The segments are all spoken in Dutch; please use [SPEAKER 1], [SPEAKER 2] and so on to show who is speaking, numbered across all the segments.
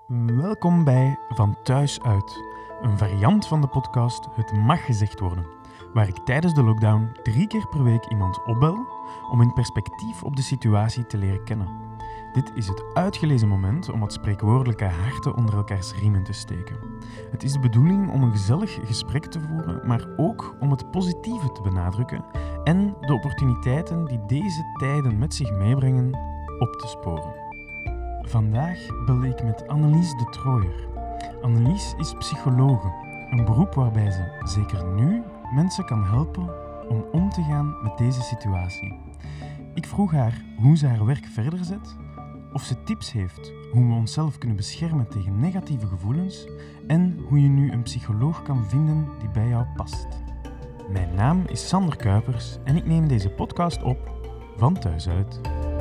[SPEAKER 1] Welkom bij Van Thuis Uit, een variant van de podcast Het Mag Gezegd Worden, waar ik tijdens de lockdown 3 keer per week iemand opbel om in perspectief op de situatie te leren kennen. Dit is het uitgelezen moment om wat spreekwoordelijke harten onder elkaars riemen te steken. Het is de bedoeling om een gezellig gesprek te voeren, maar ook om het positieve te benadrukken en de opportuniteiten die deze tijden met zich meebrengen op te sporen. Vandaag bel ik met Annelies de Trooijer. Annelies is psychologe, een beroep waarbij ze, zeker nu, mensen kan helpen om te gaan met deze situatie. Ik vroeg haar hoe ze haar werk verder zet, of ze tips heeft hoe we onszelf kunnen beschermen tegen negatieve gevoelens en hoe je nu een psycholoog kan vinden die bij jou past. Mijn naam is Sander Kuipers en ik neem deze podcast op van thuis uit.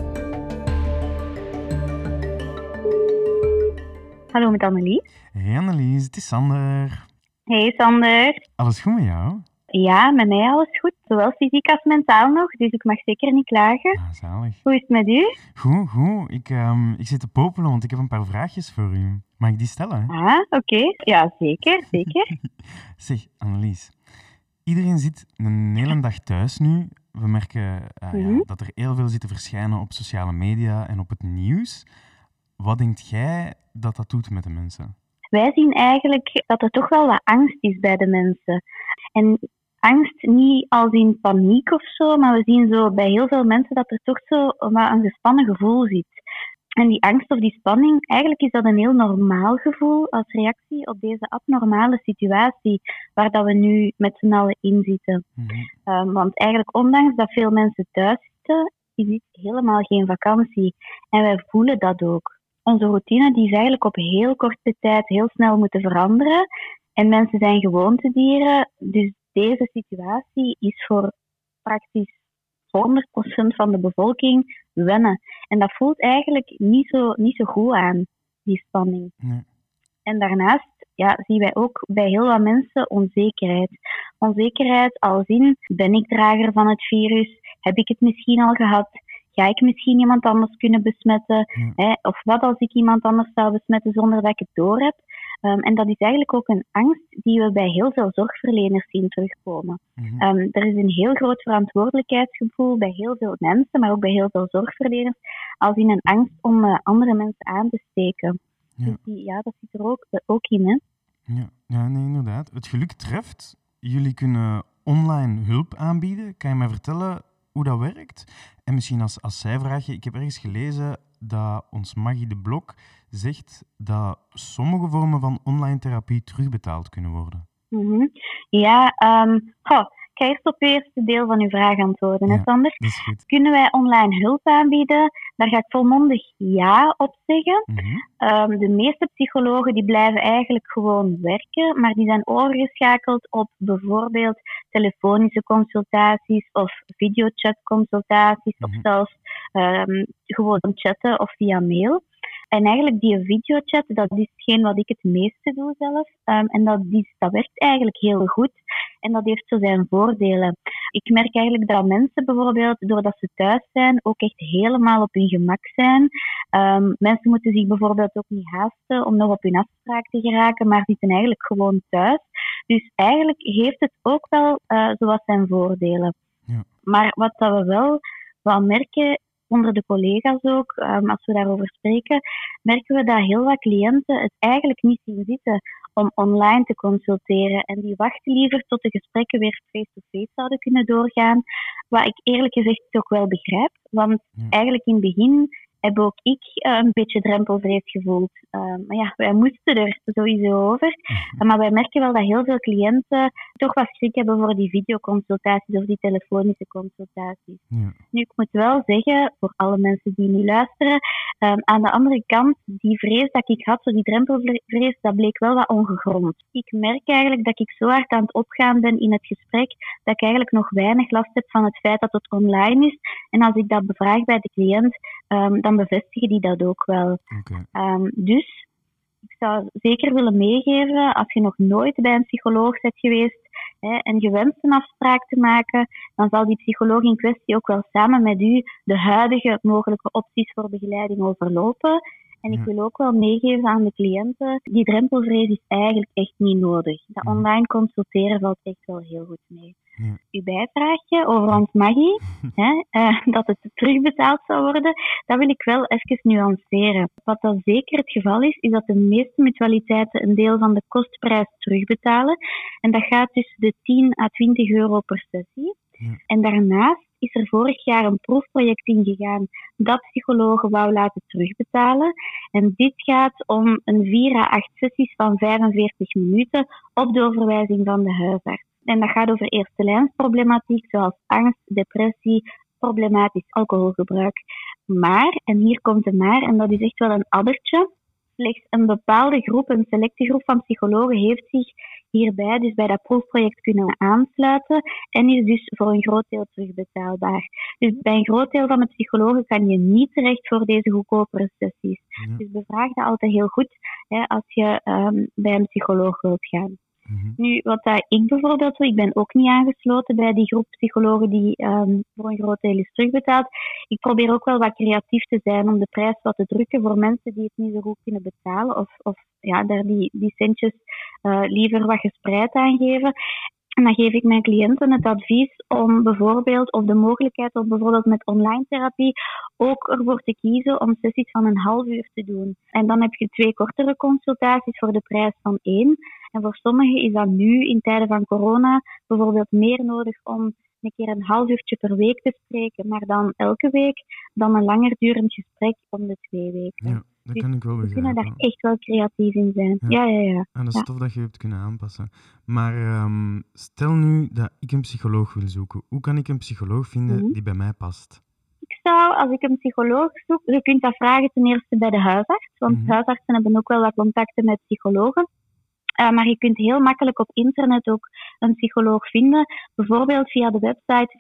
[SPEAKER 2] Hallo met Annelies.
[SPEAKER 1] Hey Annelies, het is Sander.
[SPEAKER 2] Hey Sander.
[SPEAKER 1] Alles goed met jou?
[SPEAKER 2] Ja, met mij alles goed. Zowel fysiek als mentaal nog, dus ik mag zeker niet klagen.
[SPEAKER 1] Ah, zalig.
[SPEAKER 2] Hoe is het met u?
[SPEAKER 1] Goed. Ik zit te popelen, want ik heb een paar vraagjes voor u. Mag ik die stellen?
[SPEAKER 2] Oké. Ja, zeker.
[SPEAKER 1] Zeg, Annelies. Iedereen zit een hele dag thuis nu. We merken dat er heel veel zit te verschijnen op sociale media en op het nieuws. Wat denkt jij dat doet met de mensen?
[SPEAKER 2] Wij zien eigenlijk dat er toch wel wat angst is bij de mensen. En angst niet als in paniek of zo, maar we zien zo bij heel veel mensen dat er toch zo wat een gespannen gevoel zit. En die angst of die spanning, eigenlijk is dat een heel normaal gevoel als reactie op deze abnormale situatie waar dat we nu met z'n allen in zitten. Want eigenlijk ondanks dat veel mensen thuis zitten, is dit helemaal geen vakantie. En wij voelen dat ook. Onze routine die is eigenlijk op heel korte tijd heel snel moeten veranderen. En mensen zijn gewoontedieren, dus deze situatie is voor praktisch 100% van de bevolking wennen. En dat voelt eigenlijk niet zo goed aan, die spanning.
[SPEAKER 1] Nee.
[SPEAKER 2] En daarnaast zien wij ook bij heel wat mensen onzekerheid. Onzekerheid als in, ben ik drager van het virus? Heb ik het misschien al gehad? Ga ik misschien iemand anders kunnen besmetten? Of wat als ik iemand anders zou besmetten zonder dat ik het doorheb? En dat is eigenlijk ook een angst die we bij heel veel zorgverleners zien terugkomen. Er is een heel groot verantwoordelijkheidsgevoel bij heel veel mensen, maar ook bij heel veel zorgverleners, als in een angst om andere mensen aan te steken.
[SPEAKER 1] Ja.
[SPEAKER 2] Dus dat zit er ook in, hè?
[SPEAKER 1] Ja, nee, inderdaad. Het geluk treft. Jullie kunnen online hulp aanbieden. Kan je mij vertellen hoe dat werkt? En misschien als zijvraagje, ik heb ergens gelezen dat ons Maggie de Blok zegt dat sommige vormen van online therapie terugbetaald kunnen worden.
[SPEAKER 2] Ik ga eerst op het eerste deel van uw vraag antwoorden, hè, Sander?
[SPEAKER 1] Dat is goed.
[SPEAKER 2] Kunnen wij online hulp aanbieden? Daar ga ik volmondig ja op zeggen. De meeste psychologen die blijven eigenlijk gewoon werken, maar die zijn overgeschakeld op bijvoorbeeld telefonische consultaties of videochatconsultaties of zelfs gewoon chatten of via mail. En eigenlijk die videochat, dat is hetgeen wat ik het meeste doe zelf. En dat werkt eigenlijk heel goed. En dat heeft zo zijn voordelen. Ik merk eigenlijk dat mensen bijvoorbeeld, doordat ze thuis zijn, ook echt helemaal op hun gemak zijn. Mensen moeten zich bijvoorbeeld ook niet haasten om nog op hun afspraak te geraken, maar zitten eigenlijk gewoon thuis. Dus eigenlijk heeft het ook wel zoals zijn voordelen.
[SPEAKER 1] Ja.
[SPEAKER 2] Maar wat dat we wel merken, onder de collega's ook, als we daarover spreken, merken we dat heel wat cliënten het eigenlijk niet zien zitten om online te consulteren. En die wachten liever tot de gesprekken weer face-to-face zouden kunnen doorgaan. Wat ik eerlijk gezegd ook wel begrijp. Want eigenlijk in het begin heb ook ik een beetje drempelvrees gevoeld. Maar wij moesten er sowieso over. Maar wij merken wel dat heel veel cliënten toch wat schrik hebben voor die videoconsultaties of die telefonische consultaties. Nu, ik moet wel zeggen, voor alle mensen die nu luisteren, aan de andere kant, die vrees dat ik had, die drempelvrees, dat bleek wel wat ongegrond. Ik merk eigenlijk dat ik zo hard aan het opgaan ben in het gesprek, dat ik eigenlijk nog weinig last heb van het feit dat het online is. En als ik dat bevraag bij de cliënt, dan bevestigen die dat ook wel. Dus ik zou zeker willen meegeven, als je nog nooit bij een psycholoog bent geweest en je wenst een afspraak te maken, dan zal die psycholoog in kwestie ook wel samen met u de huidige mogelijke opties voor begeleiding overlopen. En ik wil ook wel meegeven aan de cliënten, die drempelvrees is eigenlijk echt niet nodig. Dat online consulteren valt echt wel heel goed mee.
[SPEAKER 1] Ja.
[SPEAKER 2] Uw bijvraagje over ons Maggie, dat het terugbetaald zou worden, dat wil ik wel even nuanceren. Wat dan zeker het geval is dat de meeste mutualiteiten een deel van de kostprijs terugbetalen. En dat gaat tussen de 10 à 20 euro per sessie.
[SPEAKER 1] Ja.
[SPEAKER 2] En daarnaast is er vorig jaar een proefproject ingegaan dat psychologen wou laten terugbetalen. En dit gaat om een 4 à 8 sessies van 45 minuten op de overwijzing van de huisarts. En dat gaat over eerste lijnsproblematiek zoals angst, depressie, problematisch alcoholgebruik. Maar, en hier komt de maar, en dat is echt wel een addertje, slechts een bepaalde groep, een selecte groep van psychologen heeft zich hierbij, dus bij dat proefproject, kunnen aansluiten en is dus voor een groot deel terugbetaalbaar. Dus bij een groot deel van de psychologen kan je niet terecht voor deze goedkopere sessies.
[SPEAKER 1] Ja.
[SPEAKER 2] Dus bevraag dat altijd heel goed als je bij een psycholoog wilt gaan. Nu, wat dat ik bijvoorbeeld doe, ik ben ook niet aangesloten bij die groep psychologen die voor een groot deel is terugbetaald. Ik probeer ook wel wat creatief te zijn om de prijs wat te drukken voor mensen die het niet zo goed kunnen betalen of daar die centjes liever wat gespreid aan geven. En dan geef ik mijn cliënten het advies om bijvoorbeeld, of de mogelijkheid om bijvoorbeeld met online therapie ook ervoor te kiezen om sessies van een half uur te doen. En dan heb je 2 kortere consultaties voor de prijs van 1. En voor sommigen is dat nu, in tijden van corona, bijvoorbeeld meer nodig om een keer een half uurtje per week te spreken, maar dan elke week, dan een langer durend gesprek om de 2 weken.
[SPEAKER 1] Ja, dat
[SPEAKER 2] Dus
[SPEAKER 1] kan ik wel
[SPEAKER 2] we
[SPEAKER 1] begrijpen.
[SPEAKER 2] kunnen daar echt wel creatief in zijn. Ja.
[SPEAKER 1] En dat is tof dat je hebt kunnen aanpassen. Maar stel nu dat ik een psycholoog wil zoeken. Hoe kan ik een psycholoog vinden die bij mij past?
[SPEAKER 2] Ik zou, als ik een psycholoog zoek, je kunt dat vragen ten eerste bij de huisarts, want huisartsen hebben ook wel wat contacten met psychologen. Maar je kunt heel makkelijk op internet ook een psycholoog vinden. Bijvoorbeeld via de website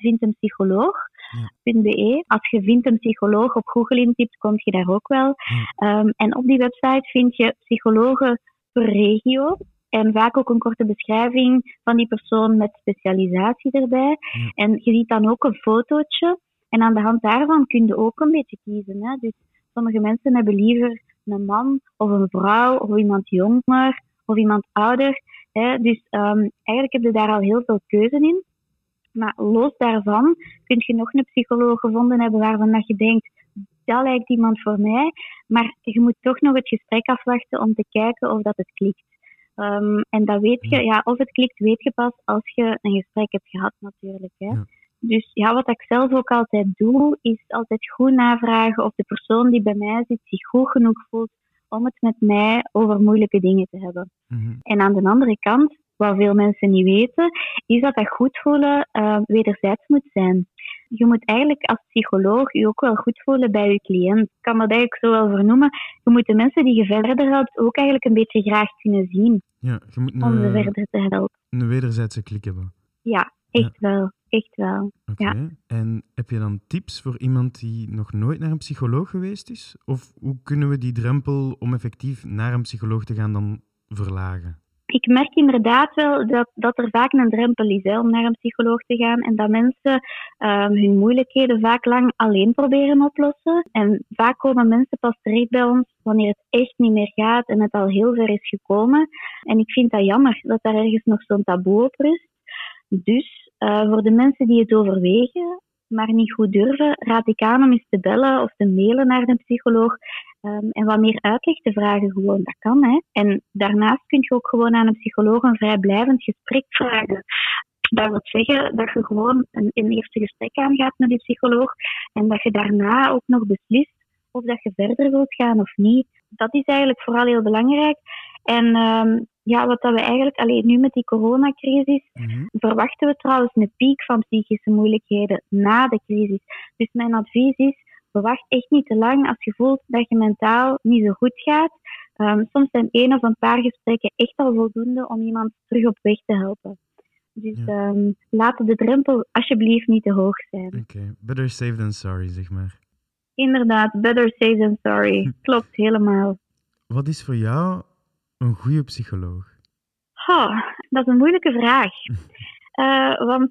[SPEAKER 2] vindeenpsycholoog.be. Als je vindt een psycholoog op Google intypt, kom je daar ook wel. En op die website vind je psychologen per regio. En vaak ook een korte beschrijving van die persoon met specialisatie erbij. En je ziet dan ook een fotootje. En aan de hand daarvan kun je ook een beetje kiezen. Hè? Dus sommige mensen hebben liever een man of een vrouw of iemand jonger of iemand ouder. Hè? Dus eigenlijk heb je daar al heel veel keuze in. Maar los daarvan kun je nog een psycholoog gevonden hebben waarvan dat je denkt, dat lijkt iemand voor mij. Maar je moet toch nog het gesprek afwachten om te kijken of dat het klikt. En dat weet je, of het klikt weet je pas als je een gesprek hebt gehad natuurlijk. Hè.
[SPEAKER 1] Ja.
[SPEAKER 2] Dus wat ik zelf ook altijd doe, is altijd goed navragen of de persoon die bij mij zit zich goed genoeg voelt om het met mij over moeilijke dingen te hebben. En aan de andere kant, wat veel mensen niet weten, is dat goed voelen wederzijds moet zijn. Je moet eigenlijk als psycholoog je ook wel goed voelen bij je cliënt. Ik kan dat eigenlijk zo wel vernoemen. Je moet de mensen die je verder helpt ook eigenlijk een beetje graag kunnen zien.
[SPEAKER 1] Ja, je moet
[SPEAKER 2] om ze verder te helpen.
[SPEAKER 1] Een wederzijdse klik hebben.
[SPEAKER 2] Ja, echt wel. Echt wel.
[SPEAKER 1] Oké.
[SPEAKER 2] Ja.
[SPEAKER 1] En heb je dan tips voor iemand die nog nooit naar een psycholoog geweest is? Of hoe kunnen we die drempel om effectief naar een psycholoog te gaan dan verlagen?
[SPEAKER 2] Ik merk inderdaad wel dat er vaak een drempel is om naar een psycholoog te gaan en dat mensen hun moeilijkheden vaak lang alleen proberen oplossen. En vaak komen mensen pas terecht bij ons wanneer het echt niet meer gaat en het al heel ver is gekomen. En ik vind dat jammer dat daar ergens nog zo'n taboe op rust. Dus voor de mensen die het overwegen, maar niet goed durven, raad ik aan om eens te bellen of te mailen naar de psycholoog en wat meer uitleg te vragen. Gewoon, dat kan. Hè. En daarnaast kun je ook gewoon aan een psycholoog een vrijblijvend gesprek vragen. Dat wil zeggen dat je gewoon een eerste gesprek aangaat met die psycholoog en dat je daarna ook nog beslist of dat je verder wilt gaan of niet. Dat is eigenlijk vooral heel belangrijk. En wat dat we eigenlijk, nu met die coronacrisis, verwachten we trouwens een piek van psychische moeilijkheden na de crisis. Dus mijn advies is, verwacht echt niet te lang als je voelt dat je mentaal niet zo goed gaat. Soms zijn 1 of een paar gesprekken echt al voldoende om iemand terug op weg te helpen. Dus laat de drempel alsjeblieft niet te hoog zijn.
[SPEAKER 1] Oké, better safe than sorry, zeg maar.
[SPEAKER 2] Inderdaad, better safe than sorry. Klopt, helemaal.
[SPEAKER 1] Wat is voor jou een goede psycholoog?
[SPEAKER 2] Dat is een moeilijke vraag. Want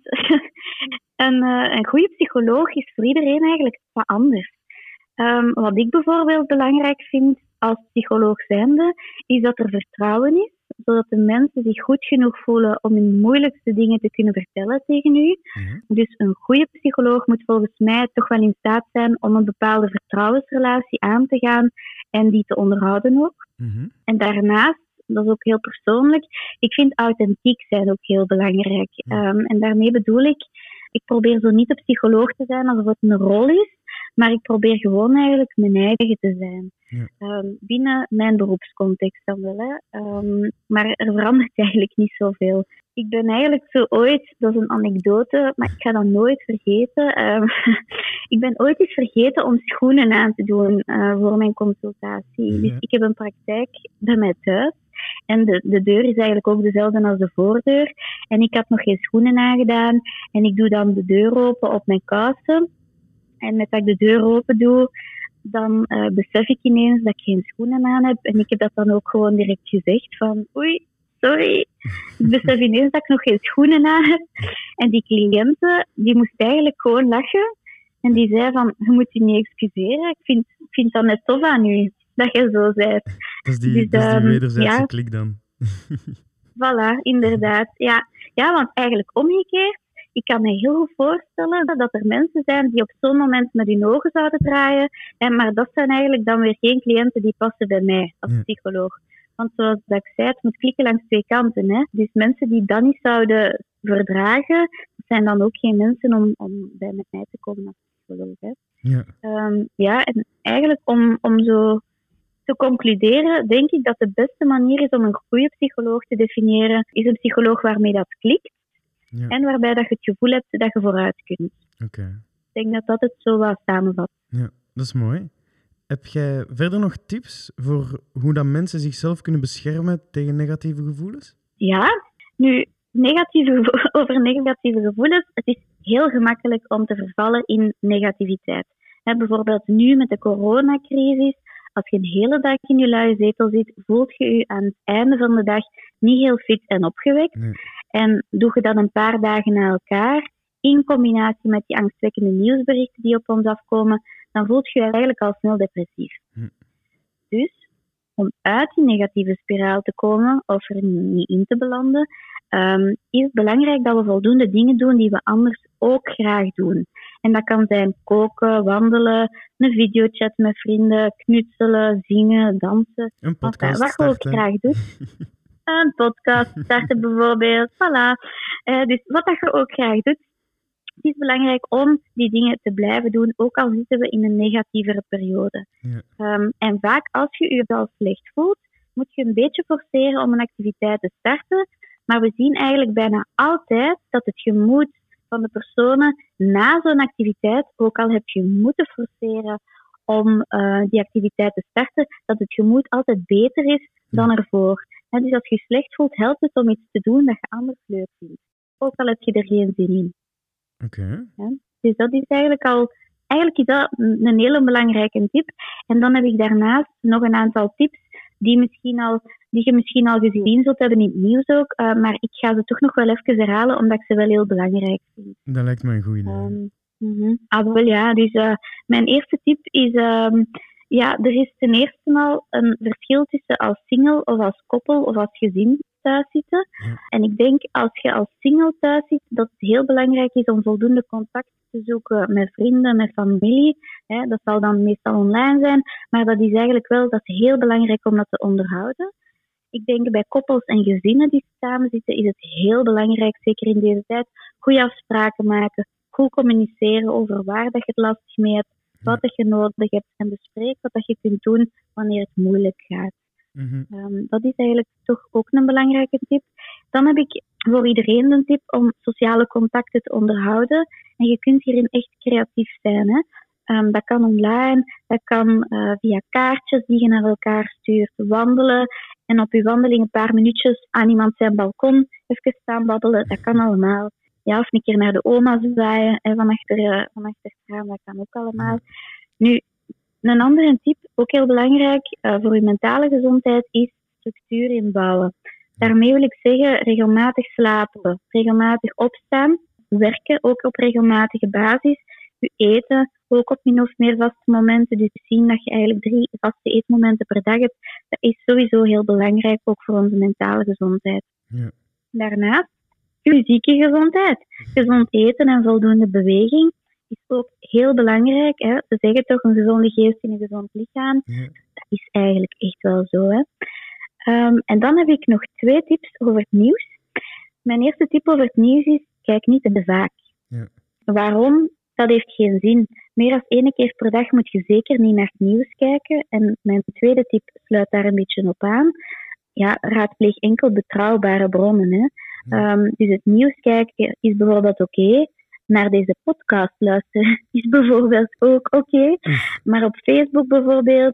[SPEAKER 2] een goede psycholoog is voor iedereen eigenlijk wat anders. Wat ik bijvoorbeeld belangrijk vind, als psycholoog zijnde, is dat er vertrouwen is, zodat de mensen zich goed genoeg voelen om hun moeilijkste dingen te kunnen vertellen tegen u. Dus een goede psycholoog moet volgens mij toch wel in staat zijn om een bepaalde vertrouwensrelatie aan te gaan en die te onderhouden ook. En daarnaast, dat is ook heel persoonlijk, ik vind authentiek zijn ook heel belangrijk. En daarmee bedoel ik probeer zo niet een psycholoog te zijn alsof het een rol is, maar ik probeer gewoon eigenlijk mijn eigen te zijn. Binnen mijn beroepscontext dan wel. Maar er verandert eigenlijk niet zoveel. Ik ben eigenlijk zo ooit, dat is een anekdote, maar ik ga dat nooit vergeten. Ik ben ooit eens vergeten om schoenen aan te doen voor mijn consultatie. Dus ik heb een praktijk bij mij thuis. En de deur is eigenlijk ook dezelfde als de voordeur. En ik had nog geen schoenen aangedaan. En ik doe dan de deur open op mijn kousen. En met dat ik de deur open doe, dan besef ik ineens dat ik geen schoenen aan heb. En ik heb dat dan ook gewoon direct gezegd van, oei, sorry. Ik besef ineens dat ik nog geen schoenen aan heb. En die cliënte, die moest eigenlijk gewoon lachen. En die zei van, je moet je niet excuseren. Ik vind dat net tof aan u, dat je zo bent.
[SPEAKER 1] Dat is die wederzijdse klik dan.
[SPEAKER 2] Voilà, inderdaad. Ja, want eigenlijk omgekeerd, ik kan me heel goed voorstellen dat er mensen zijn die op zo'n moment met hun ogen zouden draaien. Maar dat zijn eigenlijk dan weer geen cliënten die passen bij mij als psycholoog. Want zoals ik zei, het moet klikken langs twee kanten. Hè. Dus mensen die dat niet zouden verdragen, zijn dan ook geen mensen om bij mij te komen als psycholoog. Hè. En eigenlijk om zo te concluderen, denk ik dat de beste manier is om een goede psycholoog te definiëren, is een psycholoog waarmee dat klikt. En waarbij dat je het gevoel hebt dat je vooruit kunt. Ik denk dat dat het zo wat samenvat.
[SPEAKER 1] Ja, dat is mooi. Heb jij verder nog tips voor hoe dat mensen zichzelf kunnen beschermen tegen negatieve gevoelens?
[SPEAKER 2] Ja, nu, over negatieve gevoelens. Het is heel gemakkelijk om te vervallen in negativiteit. Bijvoorbeeld nu met de coronacrisis. Als je een hele dag in je luie zetel zit, voelt je je aan het einde van de dag niet heel fit en opgewekt. En doe je dat een paar dagen na elkaar, in combinatie met die angstwekkende nieuwsberichten die op ons afkomen, dan voelt je je eigenlijk al snel depressief. Dus, om uit die negatieve spiraal te komen, of er niet in te belanden, is het belangrijk dat we voldoende dingen doen die we anders ook graag doen. En dat kan zijn koken, wandelen, een videochat met vrienden, knutselen, zingen, dansen.
[SPEAKER 1] Een podcast
[SPEAKER 2] wat je ook graag doet. Een podcast starten bijvoorbeeld. Voilà. Dus wat dat je ook graag doet, het is belangrijk om die dingen te blijven doen, ook al zitten we in een negatievere periode. En vaak als je je wel slecht voelt, moet je een beetje forceren om een activiteit te starten. Maar we zien eigenlijk bijna altijd dat het gemoed van de personen na zo'n activiteit, ook al heb je moeten forceren om die activiteit te starten, dat het gemoed altijd beter is dan ervoor. Dus als je je slecht voelt, helpt het om iets te doen dat je anders leuk vindt. Ook al heb je er geen zin in. Dus dat is eigenlijk is dat een hele belangrijke tip. En dan heb ik daarnaast nog een aantal tips die je misschien al gezien zult hebben in het nieuws ook. Maar ik ga ze toch nog wel even herhalen, omdat ik ze wel heel belangrijk vind.
[SPEAKER 1] Dat lijkt me een goed idee.
[SPEAKER 2] Dus mijn eerste tip is... er is ten eerste al een verschil tussen als single of als koppel of als gezin thuis zitten. En ik denk als je als single thuis zit, dat het heel belangrijk is om voldoende contact te zoeken met vrienden, met familie. Dat zal dan meestal online zijn, maar dat is eigenlijk dat is heel belangrijk om dat te onderhouden. Ik denk bij koppels en gezinnen die samen zitten, is het heel belangrijk, zeker in deze tijd, goede afspraken maken, goed communiceren over waar dat je het lastig mee hebt, wat dat je nodig hebt en bespreek wat dat je kunt doen wanneer het moeilijk gaat. Dat is eigenlijk toch ook een belangrijke tip. Dan heb ik voor iedereen een tip om sociale contacten te onderhouden. En je kunt hierin echt creatief zijn. Hè? Dat kan online, dat kan via kaartjes die je naar elkaar stuurt, wandelen. En op je wandeling een paar minuutjes aan iemand zijn balkon even staan babbelen. Dat kan allemaal. Ja, of een keer naar de oma zwaaien van achter het raam, dat kan ook allemaal. Nu, een andere tip, ook heel belangrijk voor je mentale gezondheid, is structuur inbouwen. Daarmee wil ik zeggen, regelmatig slapen, regelmatig opstaan, werken, ook op regelmatige basis, je eten ook op min of meer vaste momenten. Dus zien dat je eigenlijk 3 vaste eetmomenten per dag hebt, dat is sowieso heel belangrijk, ook voor onze mentale gezondheid.
[SPEAKER 1] Ja.
[SPEAKER 2] Daarnaast, fysieke gezondheid. Gezond eten en voldoende beweging is ook heel belangrijk. Hè. Ze zeggen toch een gezonde geest in een gezond lichaam.
[SPEAKER 1] Ja.
[SPEAKER 2] Dat is eigenlijk echt wel zo. Hè. En dan heb ik nog 2 tips over het nieuws. Mijn eerste tip over het nieuws is, kijk niet te vaak.
[SPEAKER 1] Ja.
[SPEAKER 2] Waarom? Dat heeft geen zin. Meer dan 1 keer per dag moet je zeker niet naar het nieuws kijken. En mijn tweede tip sluit daar een beetje op aan. Ja, raadpleeg enkel betrouwbare bronnen. Hè. Dus het nieuws kijken is bijvoorbeeld oké. Naar deze podcast luisteren is bijvoorbeeld ook oké. Maar op Facebook bijvoorbeeld,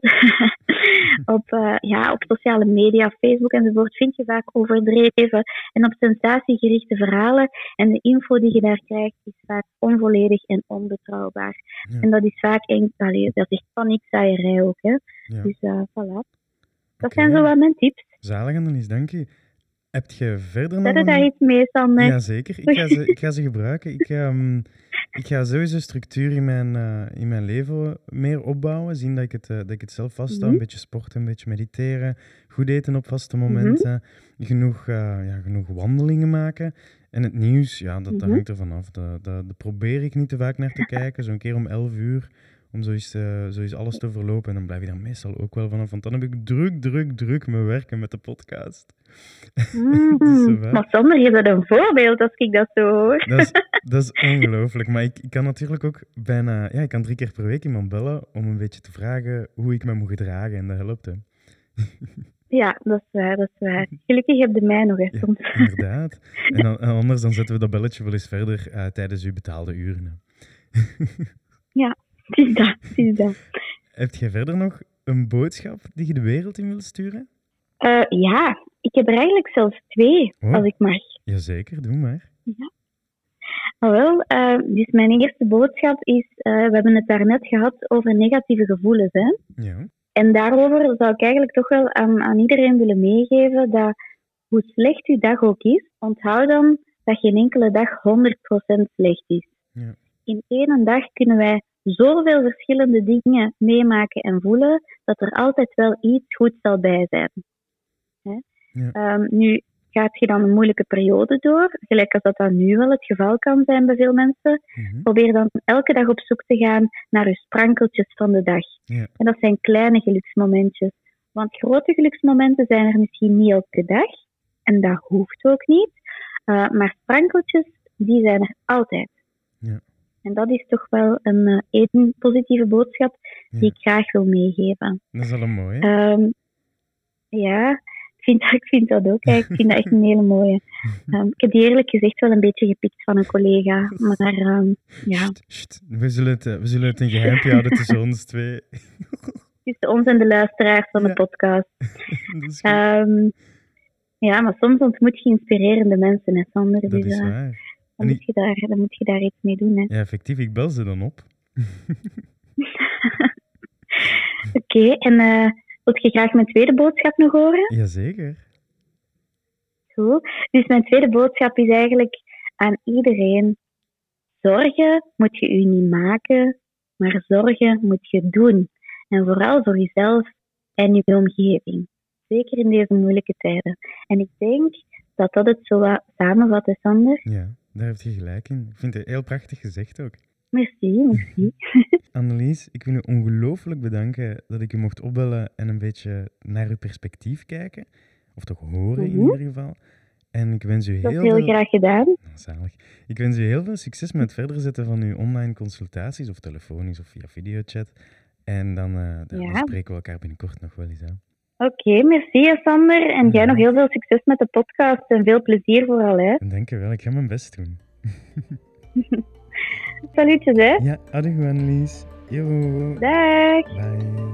[SPEAKER 2] op sociale media, Facebook enzovoort, vind je vaak overdreven en op sensatiegerichte verhalen. En de info die je daar krijgt is vaak onvolledig en onbetrouwbaar.
[SPEAKER 1] Ja.
[SPEAKER 2] En dat is vaak dat is echt paniekzaaierij ook. Hè.
[SPEAKER 1] Ja.
[SPEAKER 2] Dus voilà. Dat
[SPEAKER 1] Oké.
[SPEAKER 2] zijn zo wat mijn tips.
[SPEAKER 1] Zalig, Annelies, dank je. Heb je verder nog
[SPEAKER 2] Zet je daar iets mee, Sander?
[SPEAKER 1] Jazeker, ik ga ze gebruiken. Ik ga sowieso structuur in mijn leven meer opbouwen. Zien dat ik het zelf vasthoud. Een beetje sporten, een beetje mediteren. Goed eten op vaste momenten. Genoeg wandelingen maken. En het nieuws, ja, dat hangt er vanaf. Daar probeer ik niet te vaak naar te kijken. Zo'n keer om 11 uur. Om zo is alles te verlopen. En dan blijf je daar meestal ook wel vanaf. Want dan heb ik druk me werken met de podcast.
[SPEAKER 2] Maar Sander, je bent een voorbeeld als ik dat zo hoor.
[SPEAKER 1] Dat is ongelooflijk. Maar ik kan natuurlijk ook bijna... Ja, ik kan 3 keer per week iemand bellen om een beetje te vragen hoe ik me moet gedragen. En dat helpt, hè.
[SPEAKER 2] Ja, dat is waar. Gelukkig heb je mij nog eens soms.
[SPEAKER 1] Ja, inderdaad. En anders dan zetten we dat belletje wel eens verder tijdens uw betaalde uren.
[SPEAKER 2] Ja, het is dat.
[SPEAKER 1] Heb jij verder nog een boodschap die je de wereld in wilt sturen?
[SPEAKER 2] Ja, ik heb er eigenlijk zelfs 2, als ik mag.
[SPEAKER 1] Jazeker, doe maar.
[SPEAKER 2] Ja. Dus mijn eerste boodschap is, we hebben het daarnet gehad over negatieve gevoelens. Hè?
[SPEAKER 1] Ja.
[SPEAKER 2] En daarover zou ik eigenlijk toch wel aan iedereen willen meegeven dat hoe slecht uw dag ook is, onthoud dan dat geen enkele dag 100% slecht is.
[SPEAKER 1] Ja.
[SPEAKER 2] In 1 dag kunnen wij zoveel verschillende dingen meemaken en voelen, dat er altijd wel iets goeds zal bij zijn. Hè?
[SPEAKER 1] Ja.
[SPEAKER 2] Nu gaat je dan een moeilijke periode door, gelijk als dat nu wel het geval kan zijn bij veel mensen. Probeer dan elke dag op zoek te gaan naar je sprankeltjes van de dag.
[SPEAKER 1] Ja.
[SPEAKER 2] En dat zijn kleine geluksmomentjes. Want grote geluksmomenten zijn er misschien niet elke dag. En dat hoeft ook niet. Maar sprankeltjes, die zijn er altijd.
[SPEAKER 1] Ja.
[SPEAKER 2] En dat is toch wel een positieve boodschap die ik graag wil meegeven.
[SPEAKER 1] Dat is al een mooie.
[SPEAKER 2] Ja, ik vind dat ook. Ik vind dat echt een hele mooie. Ik heb die eerlijk gezegd wel een beetje gepikt van een collega. Maar ja.
[SPEAKER 1] Sst. We zullen het een geheimpje houden tussen ons 2.
[SPEAKER 2] Tussen ons en de luisteraars van de podcast.
[SPEAKER 1] Dat is goed.
[SPEAKER 2] Ja, maar soms ontmoet je inspirerende mensen, hè, Sander.
[SPEAKER 1] Dat
[SPEAKER 2] Dus,
[SPEAKER 1] is waar.
[SPEAKER 2] Dan moet je daar iets mee doen. Hè.
[SPEAKER 1] Ja, effectief. Ik bel ze dan op.
[SPEAKER 2] Oké, en wilt je graag mijn tweede boodschap nog horen?
[SPEAKER 1] Jazeker.
[SPEAKER 2] Goed. Dus mijn tweede boodschap is eigenlijk aan iedereen. Zorgen moet je niet maken, maar zorgen moet je doen. En vooral voor jezelf en je omgeving. Zeker in deze moeilijke tijden. En ik denk dat het zo wat samenvat, hè, Sander.
[SPEAKER 1] Ja, daar heb je gelijk in. Ik vind het heel prachtig gezegd ook.
[SPEAKER 2] Merci.
[SPEAKER 1] Annelies, ik wil u ongelooflijk bedanken dat ik u mocht opbellen en een beetje naar uw perspectief kijken. Of toch horen in ieder geval. En ik wens u
[SPEAKER 2] dat is heel graag gedaan.
[SPEAKER 1] Zalig. Ik wens u heel veel succes met het verder zetten van uw online consultaties, of telefonisch of via videochat. En dan spreken we elkaar binnenkort nog wel eens aan. Oké, merci Sander. En jij nog heel veel succes met de podcast en veel plezier vooral. Hè. Dank je wel, ik ga mijn best doen. Salutjes, hè. Ja, adieu Annelies. Yo. Dag. Bye.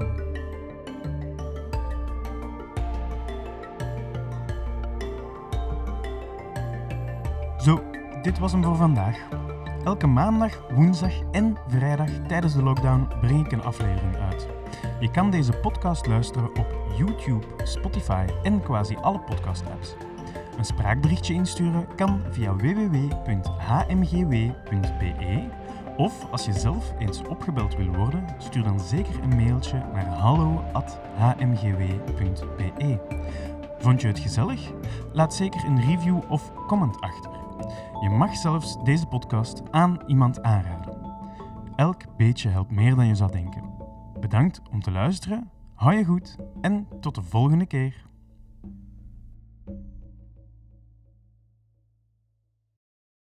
[SPEAKER 1] Zo, dit was hem voor vandaag. Elke maandag, woensdag en vrijdag tijdens de lockdown breng ik een aflevering uit. Je kan deze podcast luisteren op YouTube, Spotify en quasi alle podcast-apps. Een spraakberichtje insturen kan via www.hmgw.be Of als je zelf eens opgebeld wil worden, stuur dan zeker een mailtje naar hallo@hmgw.be. Vond je het gezellig? Laat zeker een review of comment achter. Je mag zelfs deze podcast aan iemand aanraden. Elk beetje helpt meer dan je zou denken. Bedankt om te luisteren, hou je goed en tot de volgende keer.